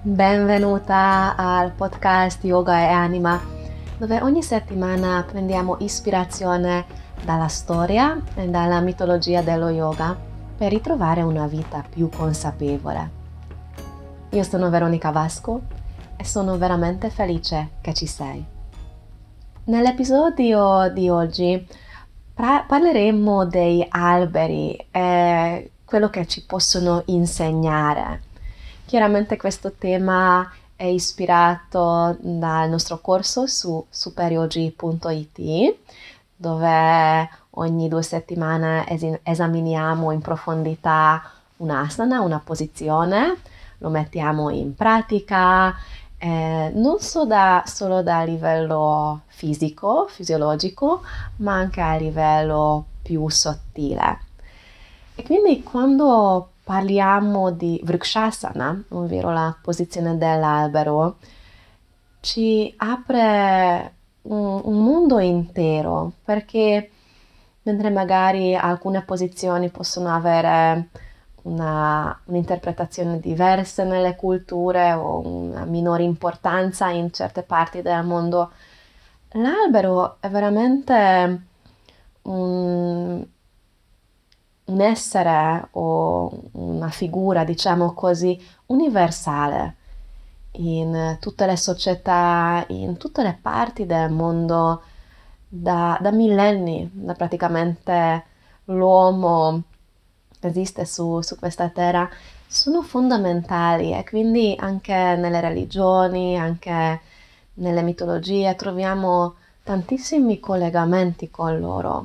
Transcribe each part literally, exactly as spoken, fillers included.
Benvenuta al podcast Yoga e Anima, dove ogni settimana prendiamo ispirazione dalla storia e dalla mitologia dello yoga per ritrovare una vita più consapevole. Io sono Veronica Vasco e sono veramente felice che ci sei. Nell'episodio di oggi pra- parleremo dei alberi e quello che ci possono insegnare. Chiaramente questo tema è ispirato dal nostro corso su superyogi punto it, dove ogni due settimane es- esaminiamo in profondità un'asana, una posizione, lo mettiamo in pratica, eh, non so da, solo da livello fisico, fisiologico, ma anche a livello più sottile. E quindi quando parliamo di Vrikshasana, ovvero la posizione dell'albero, ci apre un, un mondo intero, perché mentre magari alcune posizioni possono avere una, un'interpretazione diversa nelle culture o una minore importanza in certe parti del mondo, l'albero è veramente un, un essere o una figura, diciamo così, universale in tutte le società, in tutte le parti del mondo da, da millenni, da praticamente l'uomo esiste su, su questa terra, sono fondamentali e quindi anche nelle religioni, anche nelle mitologie troviamo tantissimi collegamenti con loro.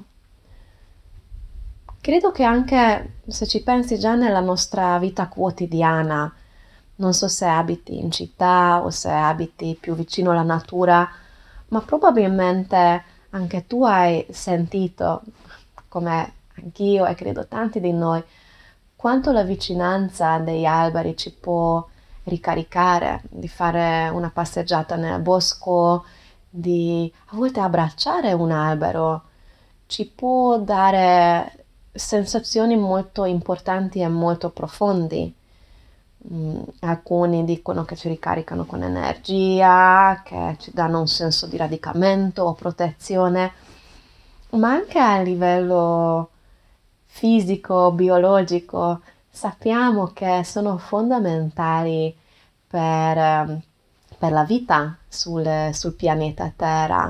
Credo che anche se ci pensi già nella nostra vita quotidiana, non so se abiti in città o se abiti più vicino alla natura, ma probabilmente anche tu hai sentito, come anch'io e credo tanti di noi, quanto la vicinanza degli alberi ci può ricaricare, di fare una passeggiata nel bosco, di a volte abbracciare un albero, ci può dare sensazioni molto importanti e molto profondi. Mm, alcuni dicono che ci ricaricano con energia, che ci danno un senso di radicamento o protezione, ma anche a livello fisico, biologico, sappiamo che sono fondamentali per, ehm, per la vita sul, sul pianeta Terra.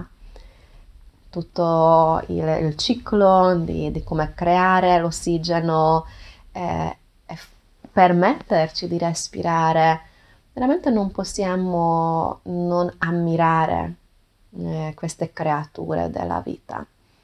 Tutto il, il ciclo di, di come creare l'ossigeno eh, e f- permetterci di respirare. Veramente non possiamo non ammirare eh, queste creature della vita.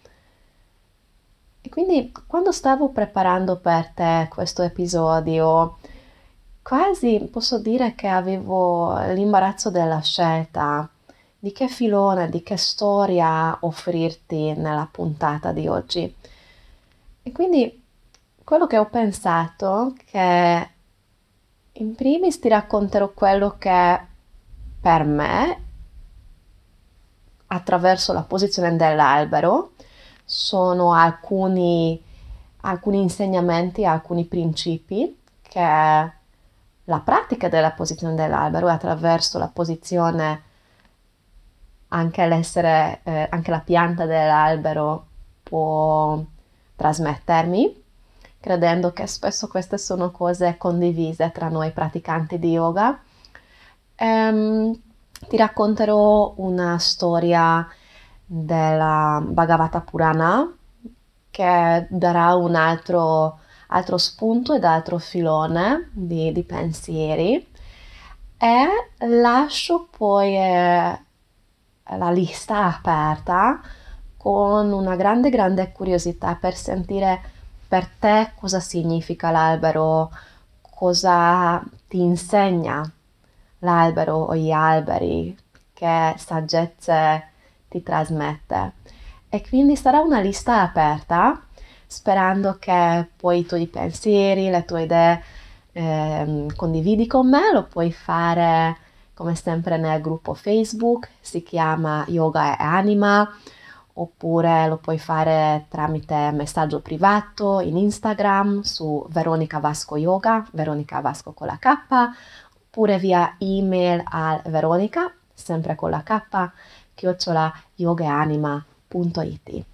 E quindi quando stavo preparando per te questo episodio, quasi posso dire che avevo l'imbarazzo della scelta di che filone, di che storia offrirti nella puntata di oggi. E quindi quello che ho pensato è che in primis ti racconterò quello che per me, attraverso la posizione dell'albero, sono alcuni, alcuni insegnamenti, alcuni principi che la pratica della posizione dell'albero e attraverso la posizione anche l'essere, eh, anche la pianta dell'albero può trasmettermi, credendo che spesso queste sono cose condivise tra noi praticanti di yoga. Ehm, ti racconterò una storia della Bhagavata Purana che darà un altro, altro spunto ed altro filone di, di pensieri e lascio poi eh, la lista aperta con una grande grande curiosità per sentire per te cosa significa l'albero, cosa ti insegna l'albero o gli alberi, che saggezze ti trasmette. E quindi sarà una lista aperta, sperando che poi i tuoi pensieri, le tue idee eh, condividi con me, lo puoi fare come sempre nel gruppo Facebook, si chiama Yoga e Anima, oppure lo puoi fare tramite messaggio privato in Instagram su Veronica Vasco Yoga, Veronica Vasco con la K, oppure via email al Veronica, sempre con la K, chiocciola yogaanima punto it.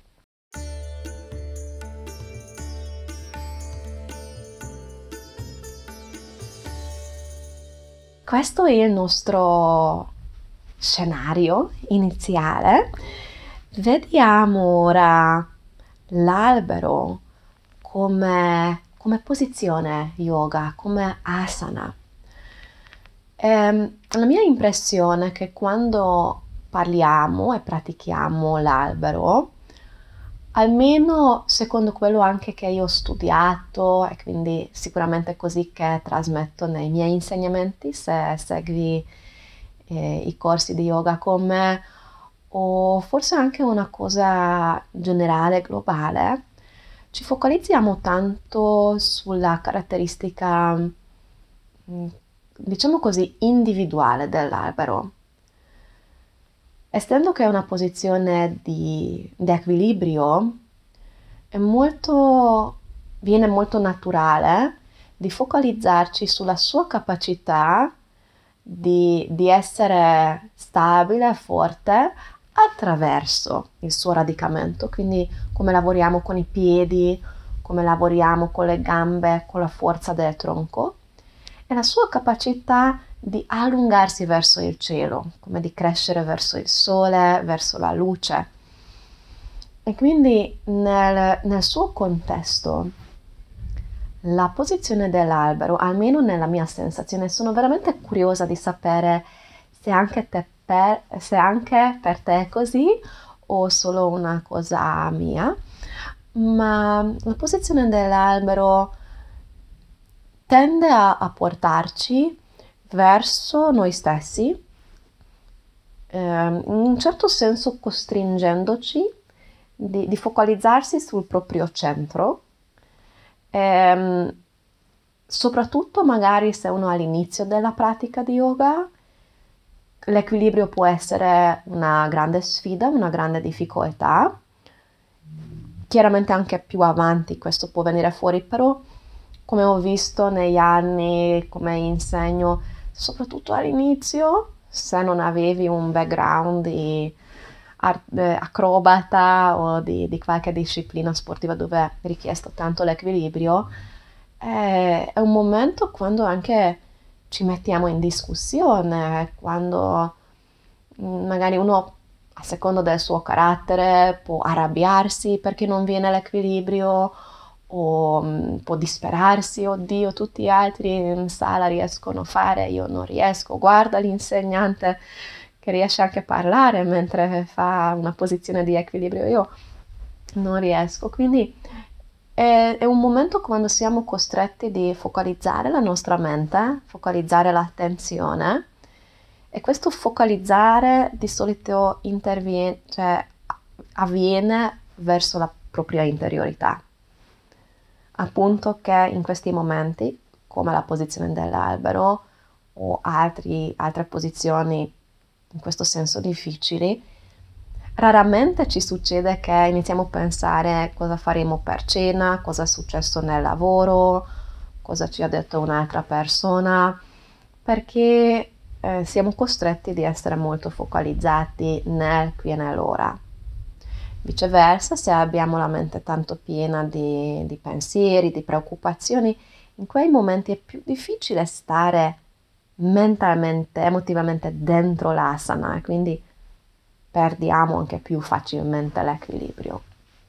Questo è il nostro scenario iniziale. Vediamo ora l'albero come, come posizione yoga, come asana. Ehm, la mia impressione è che quando parliamo e pratichiamo l'albero, almeno secondo quello anche che io ho studiato, e quindi sicuramente così che trasmetto nei miei insegnamenti, se segui eh, i corsi di yoga con me, o forse anche una cosa generale, globale, ci focalizziamo tanto sulla caratteristica, mm, diciamo così, individuale dell'albero. Essendo che è una posizione di, di equilibrio, è molto, viene molto naturale di focalizzarci sulla sua capacità di, di essere stabile e forte attraverso il suo radicamento, quindi come lavoriamo con i piedi, come lavoriamo con le gambe, con la forza del tronco, e la sua capacità di allungarsi verso il cielo, come di crescere verso il sole, verso la luce. E quindi nel, nel suo contesto, la posizione dell'albero, almeno nella mia sensazione, sono veramente curiosa di sapere se anche, te per, se anche per te è così o solo una cosa mia, ma la posizione dell'albero tende a, a portarci verso noi stessi, eh, in un certo senso costringendoci di, di focalizzarsi sul proprio centro, ehm, soprattutto magari se uno è all'inizio della pratica di yoga, l'equilibrio può essere una grande sfida, una grande difficoltà. Chiaramente anche più avanti questo può venire fuori, però come ho visto negli anni, come insegno, soprattutto all'inizio, se non avevi un background di acrobata o di, di qualche disciplina sportiva dove è richiesto tanto l'equilibrio, è, è un momento quando anche ci mettiamo in discussione, quando magari uno a seconda del suo carattere può arrabbiarsi perché non viene l'equilibrio o um, può disperarsi, oddio tutti gli altri in sala riescono a fare, io non riesco, guarda l'insegnante che riesce anche a parlare mentre fa una posizione di equilibrio, io non riesco, quindi è, è un momento quando siamo costretti di focalizzare la nostra mente, focalizzare l'attenzione, e questo focalizzare di solito interviene, cioè avviene verso la propria interiorità. Appunto che in questi momenti, come la posizione dell'albero o altri, altre posizioni in questo senso difficili, raramente ci succede che iniziamo a pensare cosa faremo per cena, cosa è successo nel lavoro, cosa ci ha detto un'altra persona, perché eh, siamo costretti di essere molto focalizzati nel qui e nell'ora. Viceversa, se abbiamo la mente tanto piena di, di pensieri, di preoccupazioni, in quei momenti è più difficile stare mentalmente, emotivamente dentro l'asana e quindi perdiamo anche più facilmente l'equilibrio.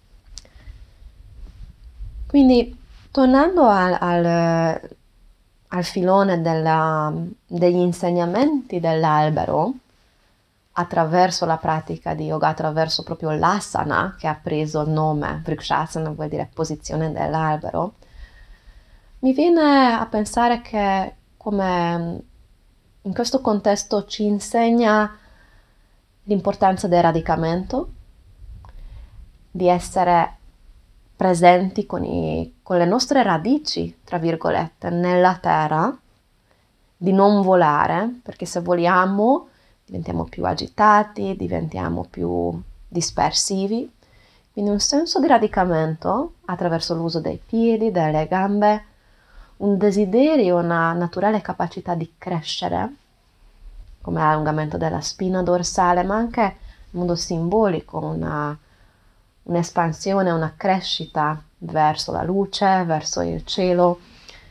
Quindi, tornando al, al, al filone della, degli insegnamenti dell'albero, attraverso la pratica di yoga, attraverso proprio l'asana che ha preso il nome, Vrikshasana vuol dire posizione dell'albero, mi viene a pensare che come in questo contesto ci insegna l'importanza del radicamento, di essere presenti con, i, con le nostre radici, tra virgolette, nella terra, di non volare, perché se voliamo diventiamo più agitati, diventiamo più dispersivi. Quindi un senso di radicamento attraverso l'uso dei piedi, delle gambe, un desiderio, una naturale capacità di crescere, come l'allungamento della spina dorsale, ma anche in modo simbolico, una, un'espansione, una crescita verso la luce, verso il cielo,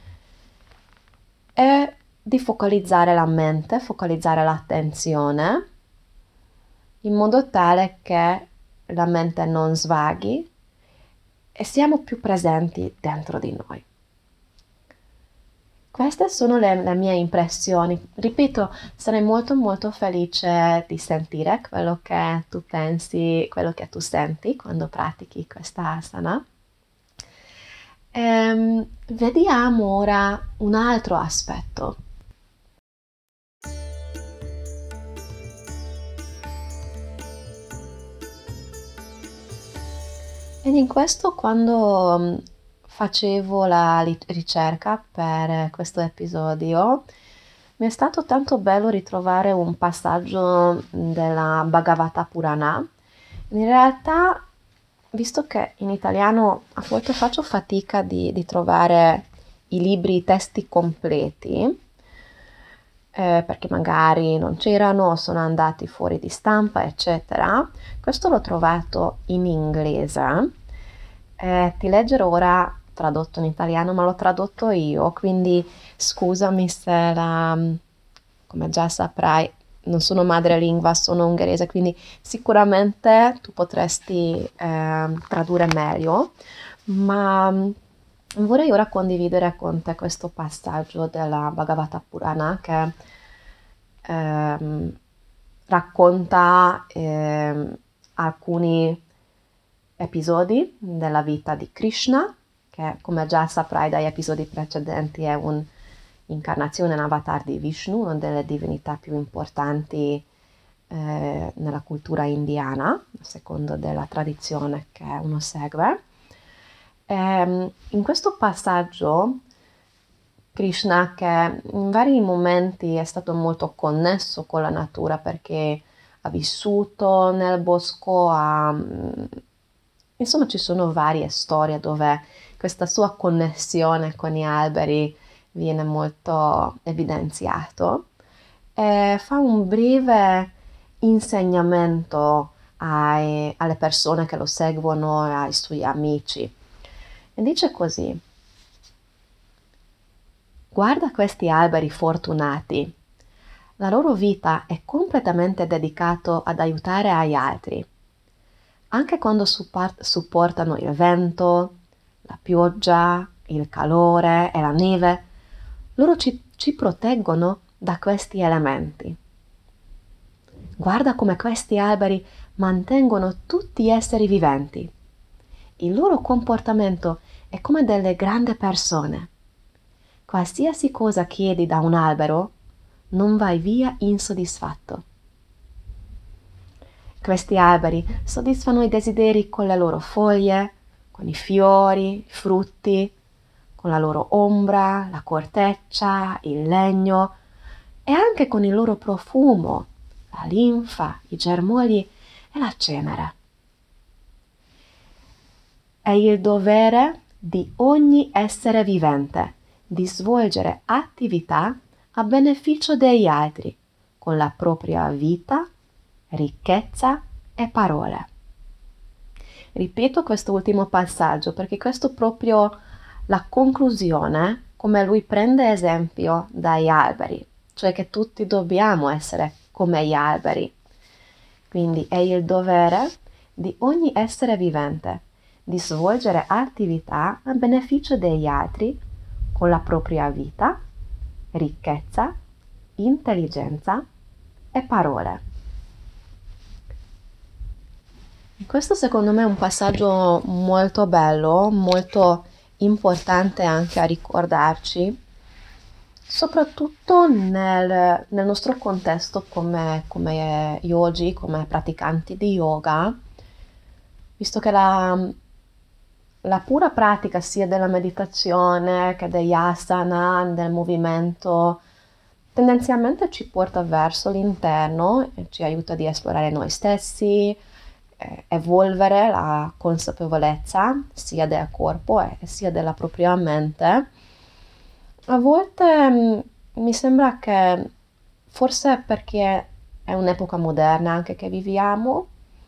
e di focalizzare la mente, focalizzare l'attenzione, in modo tale che la mente non svaghi e siamo più presenti dentro di noi. Queste sono le, le mie impressioni. Ripeto, sarei molto molto felice di sentire quello che tu pensi, quello che tu senti quando pratichi questa asana. Ehm, vediamo ora un altro aspetto. Ed in questo, quando mm, facevo la li- ricerca per questo episodio, mi è stato tanto bello ritrovare un passaggio della Bhagavata Purana. In realtà, visto che in italiano a volte faccio fatica di, di trovare i libri, i testi completi, eh, perché magari non c'erano, sono andati fuori di stampa, eccetera. Questo l'ho trovato in inglese. Eh, ti leggerò ora tradotto in italiano, ma l'ho tradotto io, quindi scusami se la, come già saprai, non sono madrelingua, sono ungherese, quindi sicuramente tu potresti eh, tradurre meglio, ma vorrei ora condividere con te questo passaggio della Bhagavata Purana che ehm, racconta ehm, alcuni episodi della vita di Krishna, che come già saprai dagli episodi precedenti è un'incarnazione, un avatar di Vishnu, una delle divinità più importanti eh, nella cultura indiana, a secondo della tradizione che uno segue. E, in questo passaggio Krishna, che in vari momenti è stato molto connesso con la natura perché ha vissuto nel bosco, ha, insomma ci sono varie storie dove questa sua connessione con gli alberi viene molto evidenziato, e fa un breve insegnamento ai, alle persone che lo seguono e ai suoi amici. E dice così: guarda questi alberi fortunati. La loro vita è completamente dedicata ad aiutare agli altri. Anche quando supportano il vento, la pioggia, il calore e la neve, loro ci, ci proteggono da questi elementi. Guarda come questi alberi mantengono tutti gli esseri viventi. Il loro comportamento è come delle grandi persone. Qualsiasi cosa chiedi da un albero, non vai via insoddisfatto. Questi alberi soddisfano i desideri con le loro foglie, con i fiori, i frutti, con la loro ombra, la corteccia, il legno e anche con il loro profumo, la linfa, i germogli e la cenere. È il dovere di ogni essere vivente di svolgere attività a beneficio degli altri con la propria vita, ricchezza e parole. Ripeto questo ultimo passaggio perché questo è proprio la conclusione, come lui prende esempio dagli alberi, cioè che tutti dobbiamo essere come gli alberi. Quindi è il dovere di ogni essere vivente di svolgere attività a beneficio degli altri con la propria vita, ricchezza, intelligenza e parole. Questo secondo me è un passaggio molto bello, molto importante anche a ricordarci, soprattutto nel, nel nostro contesto come, come yogi, come praticanti di yoga, visto che la, la pura pratica sia della meditazione che degli asana, del movimento, tendenzialmente ci porta verso l'interno e ci aiuta di esplorare noi stessi, eh, evolvere la consapevolezza sia del corpo e sia della propria mente. A volte mm, mi sembra che forse perché è un'epoca moderna anche che viviamo,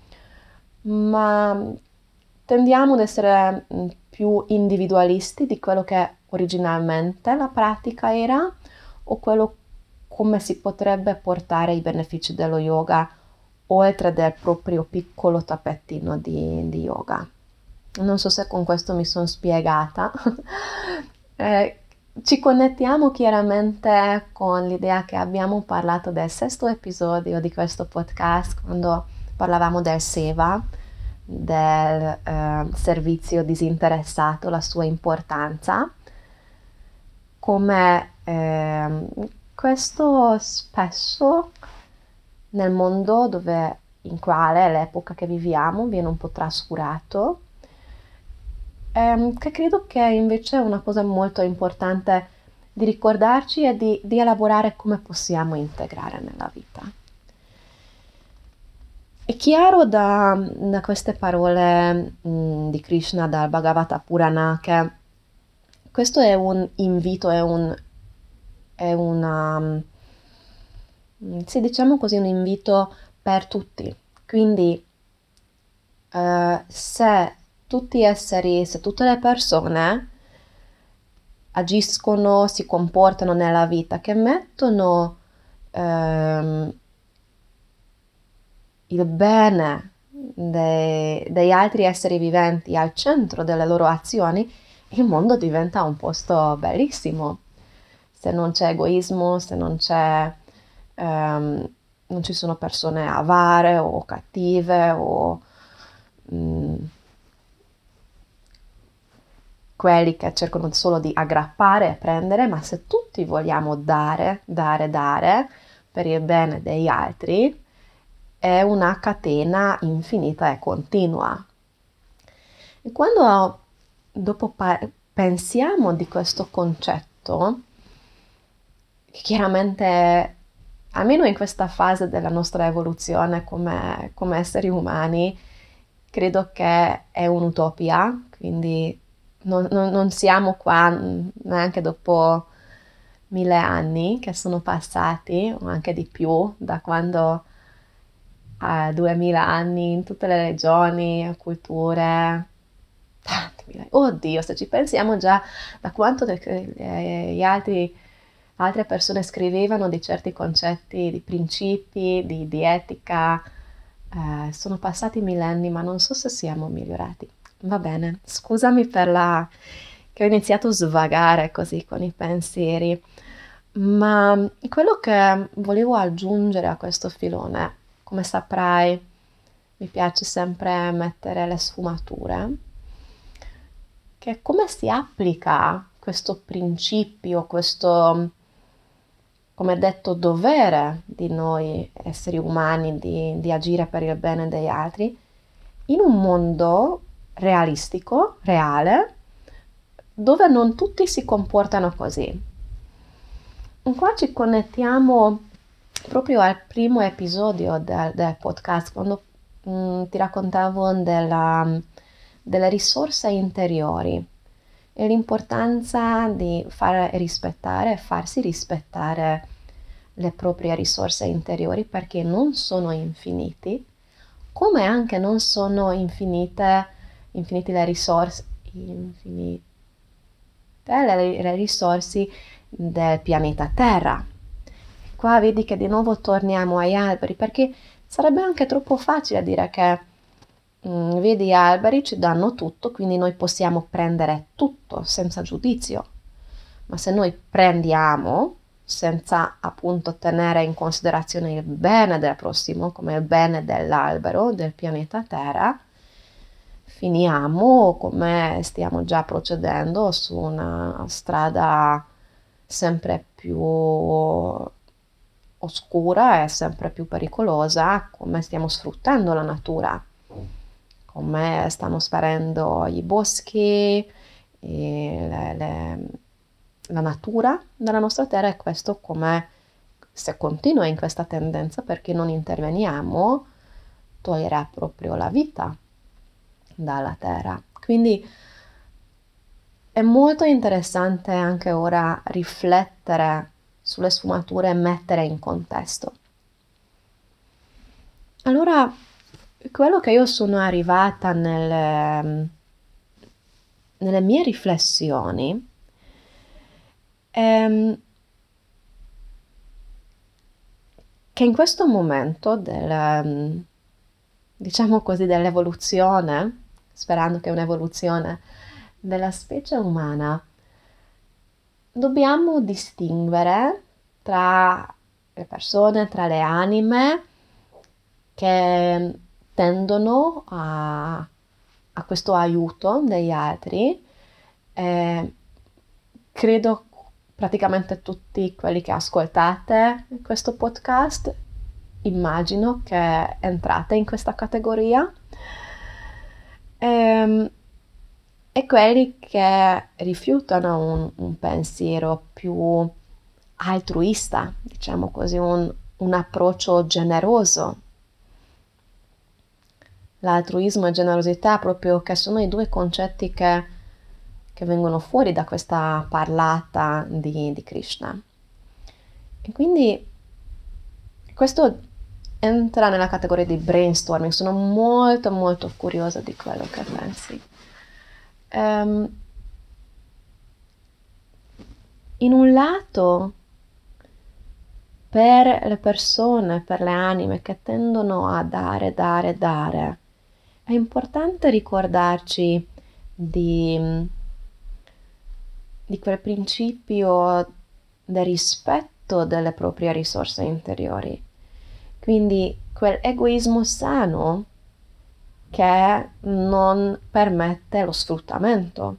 ma tendiamo ad essere mm, più individualisti di quello che originalmente la pratica era o quello come si potrebbe portare i benefici dello yoga oltre del proprio piccolo tappettino di, di yoga. Non so se con questo mi sono spiegata. Eh, ci connettiamo chiaramente con l'idea che abbiamo parlato del sesto episodio di questo podcast quando parlavamo del Seva, del eh, servizio disinteressato, la sua importanza, come eh, questo spesso nel mondo dove, in quale l'epoca che viviamo viene un po' trascurato, ehm, che credo che invece è una cosa molto importante di ricordarci e di, di elaborare come possiamo integrare nella vita. È chiaro da, da queste parole mh, di Krishna, dal Bhagavata Purana, che questo è un invito, è un, è una, mh, sì, diciamo così, un invito per tutti. Quindi, eh, se tutti gli esseri, se tutte le persone agiscono, si comportano nella vita, che mettono ehm, il bene dei, degli altri esseri viventi al centro delle loro azioni, il mondo diventa un posto bellissimo. Se non c'è egoismo, se non c'è, ehm, non ci sono persone avare o cattive o mh, quelli che cercano solo di aggrappare e prendere, ma se tutti vogliamo dare, dare, dare per il bene degli altri, è una catena infinita e continua. E quando dopo pa- pensiamo di questo concetto, che chiaramente, almeno in questa fase della nostra evoluzione come, come esseri umani, credo che è un'utopia, quindi non, non- non siamo qua neanche dopo mille anni che sono passati, o anche di più, da quando a duemila anni in tutte le regioni, culture, tanti mila. Oddio, se ci pensiamo già da quanto de- eh, gli altri, altre persone scrivevano di certi concetti, di principi, di, di etica, eh, sono passati millenni, ma non so se siamo migliorati. Va bene, scusami per la che ho iniziato a svagare così con i pensieri, ma quello che volevo aggiungere a questo filone, come saprai, mi piace sempre mettere le sfumature, che come si applica questo principio, questo, come detto, dovere di noi esseri umani di, di agire per il bene degli altri in un mondo realistico, reale, dove non tutti si comportano così. Qua ci connettiamo proprio al primo episodio del, del podcast, quando mm, ti raccontavo della, delle risorse interiori e l'importanza di far rispettare, farsi rispettare le proprie risorse interiori perché non sono infiniti, come anche non sono infinite, infinite le risorse, infinite le, le risorse del pianeta Terra. Qua vedi che di nuovo torniamo agli alberi, perché sarebbe anche troppo facile dire che mm, vedi gli alberi ci danno tutto, quindi noi possiamo prendere tutto senza giudizio. Ma se noi prendiamo senza appunto tenere in considerazione il bene del prossimo, come il bene dell'albero, del pianeta Terra, finiamo come stiamo già procedendo su una strada sempre più oscura e sempre più pericolosa, come stiamo sfruttando la natura, come stanno sparendo i boschi, e le, le, la natura della nostra terra e questo come se continua in questa tendenza perché non interveniamo toglierà proprio la vita dalla terra. Quindi È molto interessante anche ora riflettere sulle sfumature e mettere in contesto. Allora, quello che io sono arrivata nelle, nelle mie riflessioni è che in questo momento del, diciamo così, dell'evoluzione, sperando che è un'evoluzione della specie umana, dobbiamo distinguere tra le persone, tra le anime che tendono a, a questo aiuto degli altri. Eh, credo praticamente tutti quelli che ascoltate questo podcast, immagino che entrate in questa categoria. Ehm, e quelli che rifiutano un, un pensiero più altruista, diciamo così, un, un approccio generoso. L'altruismo e generosità proprio che sono i due concetti che, che vengono fuori da questa parlata di, di Krishna. E quindi questo entra nella categoria di brainstorming, sono molto molto curiosa di quello che pensi. Um, in un lato, per le persone, per le anime che tendono a dare, dare, dare, è importante ricordarci di, di quel principio del rispetto delle proprie risorse interiori. Quindi quell'egoismo sano che non permette lo sfruttamento.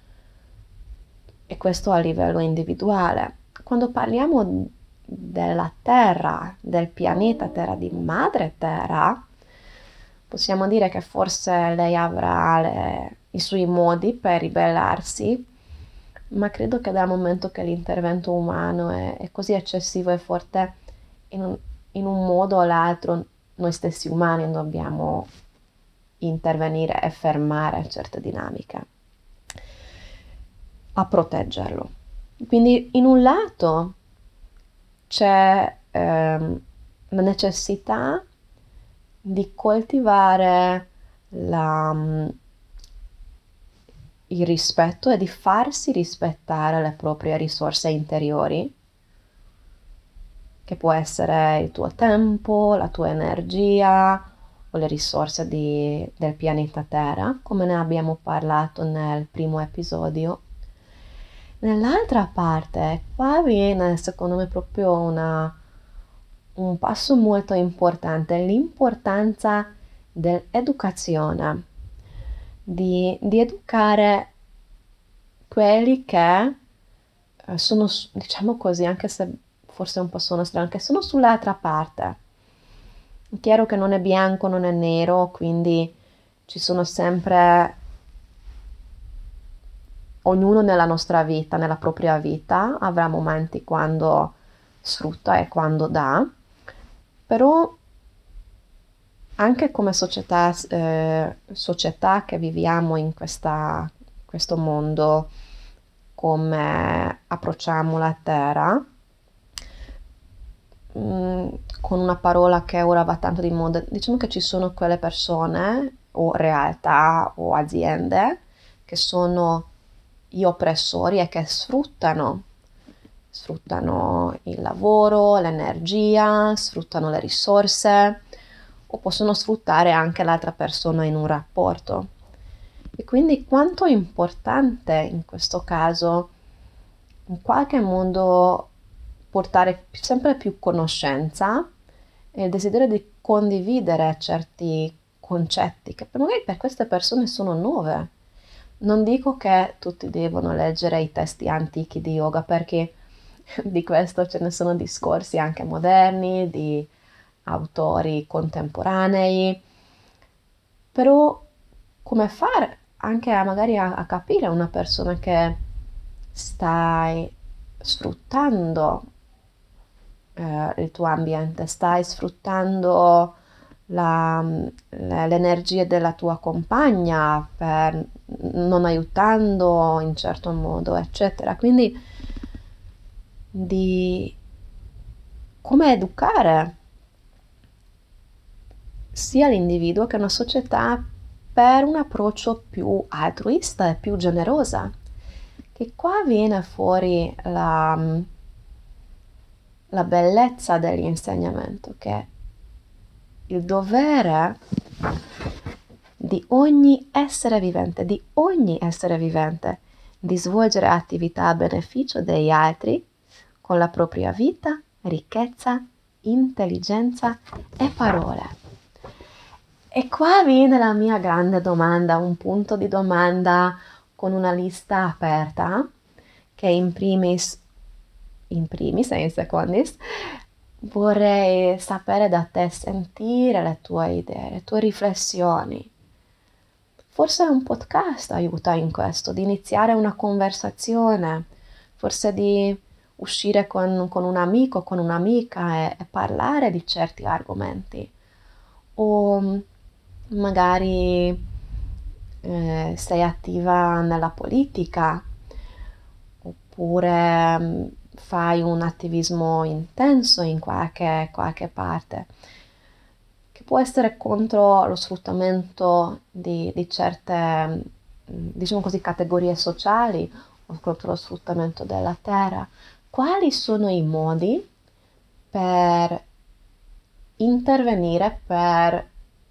E questo a livello individuale. Quando parliamo della Terra, del pianeta Terra, di Madre Terra, possiamo dire che forse lei avrà le, i suoi modi per ribellarsi, ma credo che dal momento che l'intervento umano è, è così eccessivo e forte, in un, in un modo o l'altro noi stessi umani dobbiamo intervenire e fermare certe dinamiche, a proteggerlo. Quindi in un lato c'è ehm, la necessità di coltivare la, il rispetto e di farsi rispettare le proprie risorse interiori, che può essere il tuo tempo, la tua energia o le risorse di, del pianeta Terra, come ne abbiamo parlato nel primo episodio. Nell'altra parte, qua viene secondo me proprio una, un passo molto importante, l'importanza dell'educazione, di, di educare quelli che sono, diciamo così, anche se forse un po' sono strano, che sono sull'altra parte. È chiaro che non è bianco, non è nero, quindi ci sono sempre, ognuno nella nostra vita, nella propria vita, avrà momenti quando sfrutta e quando dà, però anche come società, eh, società che viviamo in questa, questo mondo, come approcciamo la terra, mh, con una parola che ora va tanto di moda, diciamo che ci sono quelle persone o realtà o aziende che sono gli oppressori e che sfruttano, sfruttano il lavoro, l'energia, sfruttano le risorse o possono sfruttare anche l'altra persona in un rapporto. E quindi quanto è importante in questo caso in qualche modo portare sempre più conoscenza e il desiderio di condividere certi concetti che magari per queste persone sono nuove. Non dico che tutti devono leggere i testi antichi di yoga, perché di questo ce ne sono discorsi anche moderni, di autori contemporanei, però come fare anche a, magari a, a capire una persona che stai sfruttando eh, il tuo ambiente, stai sfruttando la, le energie della tua compagna, per non aiutando in certo modo, eccetera. Quindi di come educare sia l'individuo che una società per un approccio più altruista e più generosa. Che qua viene fuori la, la bellezza dell'insegnamento, che il dovere di ogni essere vivente, di ogni essere vivente, di svolgere attività a beneficio degli altri con la propria vita, ricchezza, intelligenza e parole. E qua viene la mia grande domanda, un punto di domanda con una lista aperta, che in primis, in primis e in secondis, vorrei sapere da te, sentire le tue idee, le tue riflessioni. Forse un podcast aiuta in questo, di iniziare una conversazione, forse di uscire con, con un amico, con un'amica e, e parlare di certi argomenti. O magari eh, sei attiva nella politica, oppure mh, fai un attivismo intenso in qualche, qualche parte, che può essere contro lo sfruttamento di, di certe, mh, diciamo così, categorie sociali, o contro lo sfruttamento della terra. Quali sono i modi per intervenire, per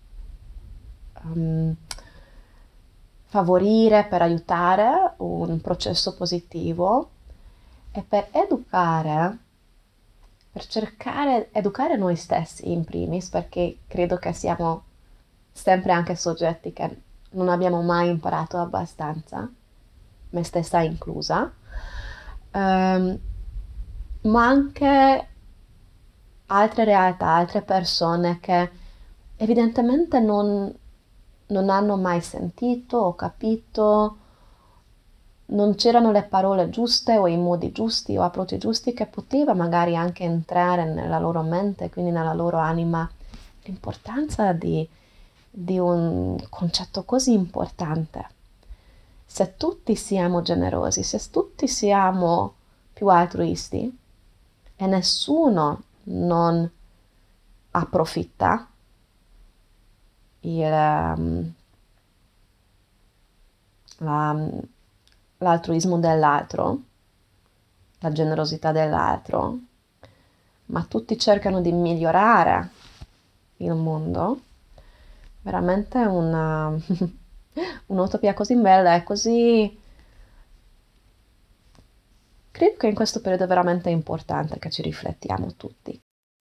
um, favorire, per aiutare un processo positivo e per educare, per cercare di educare noi stessi in primis, perché credo che siamo sempre anche soggetti che non abbiamo mai imparato abbastanza, me stessa inclusa, um, ma anche altre realtà, altre persone che evidentemente non, non hanno mai sentito o capito, non c'erano le parole giuste o i modi giusti o approcci giusti che poteva magari anche entrare nella loro mente, quindi nella loro anima. L'importanza di, di un concetto così importante. Se tutti siamo generosi, se tutti siamo più altruisti e nessuno non approfitta il, um, la, l'altruismo dell'altro, la generosità dell'altro, ma tutti cercano di migliorare il mondo, veramente una, un'utopia così bella e così... Credo che in questo periodo è veramente importante che ci riflettiamo tutti.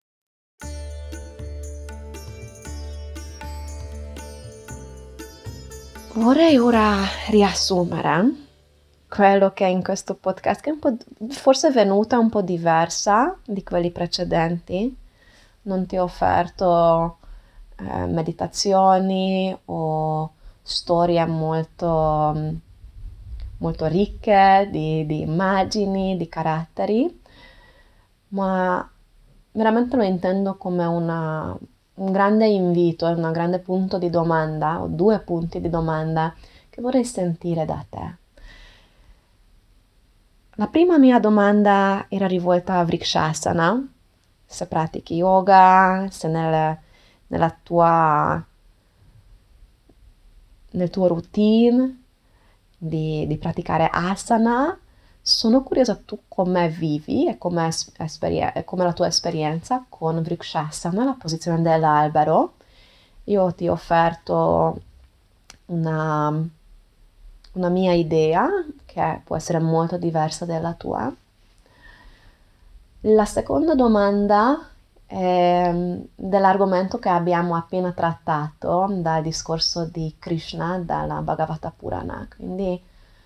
Vorrei ora riassumere quello che è in questo podcast, che è un po', forse è venuta un po' diversa di quelli precedenti. Non ti ho offerto eh, meditazioni o storie molto, molto ricche di, di immagini, di caratteri, ma veramente lo intendo come una, un grande invito e un grande punto di domanda, o due punti di domanda che vorrei sentire da te. La prima mia domanda era rivolta a Vrikshasana, se pratichi yoga, se nel, nella tua, nel tuo routine di, di praticare asana. Sono curiosa tu come vivi e come è la tua esperienza con Vrikshasana, la posizione dell'albero. Io ti ho offerto una, una mia idea che può essere molto diversa dalla tua. La seconda domanda è dell'argomento che abbiamo appena trattato dal discorso di Krishna, dalla Bhagavata Purana, quindi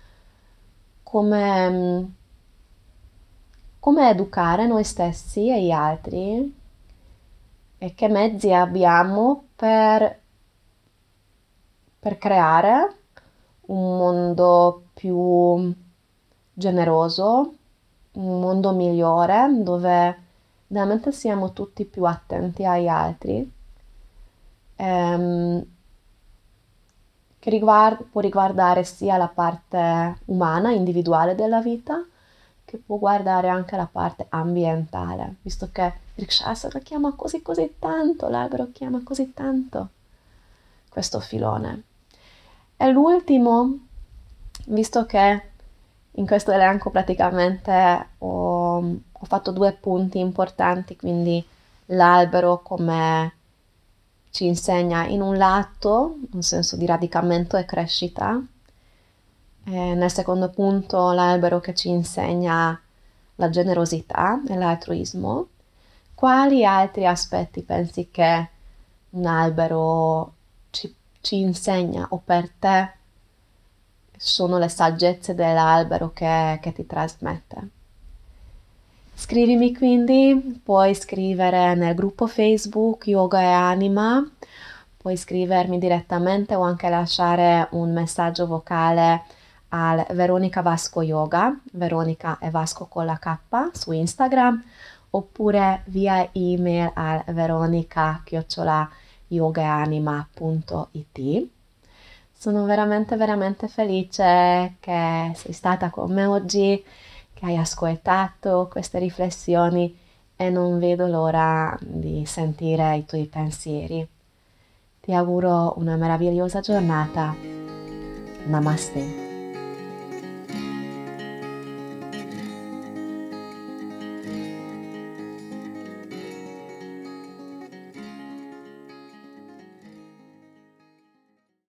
come, come educare noi stessi e gli altri e che mezzi abbiamo per, per creare un mondo più generoso, un mondo migliore dove veramente siamo tutti più attenti agli altri ehm, che riguard- può riguardare sia la parte umana, individuale della vita, che può guardare anche la parte ambientale, visto che Vrikshasana chiama così così tanto, l'albero chiama così tanto questo filone. E l'ultimo, visto che in questo elenco praticamente ho, ho fatto due punti importanti, quindi l'albero come ci insegna in un lato un senso di radicamento e crescita, e nel secondo punto l'albero che ci insegna la generosità e l'altruismo. Quali altri aspetti pensi che un albero ci, ci insegna o per te sono le saggezze dell'albero che, che ti trasmette? Scrivimi quindi, puoi scrivere nel gruppo Facebook Yoga e Anima, puoi scrivermi direttamente o anche lasciare un messaggio vocale al Veronica Vasco Yoga, Veronica e Vasco con la K su Instagram, oppure via email al veronica chiocciola yogaanima punto it. Sono veramente veramente felice che sei stata con me oggi, che hai ascoltato queste riflessioni e non vedo l'ora di sentire i tuoi pensieri. Ti auguro una meravigliosa giornata. Namaste.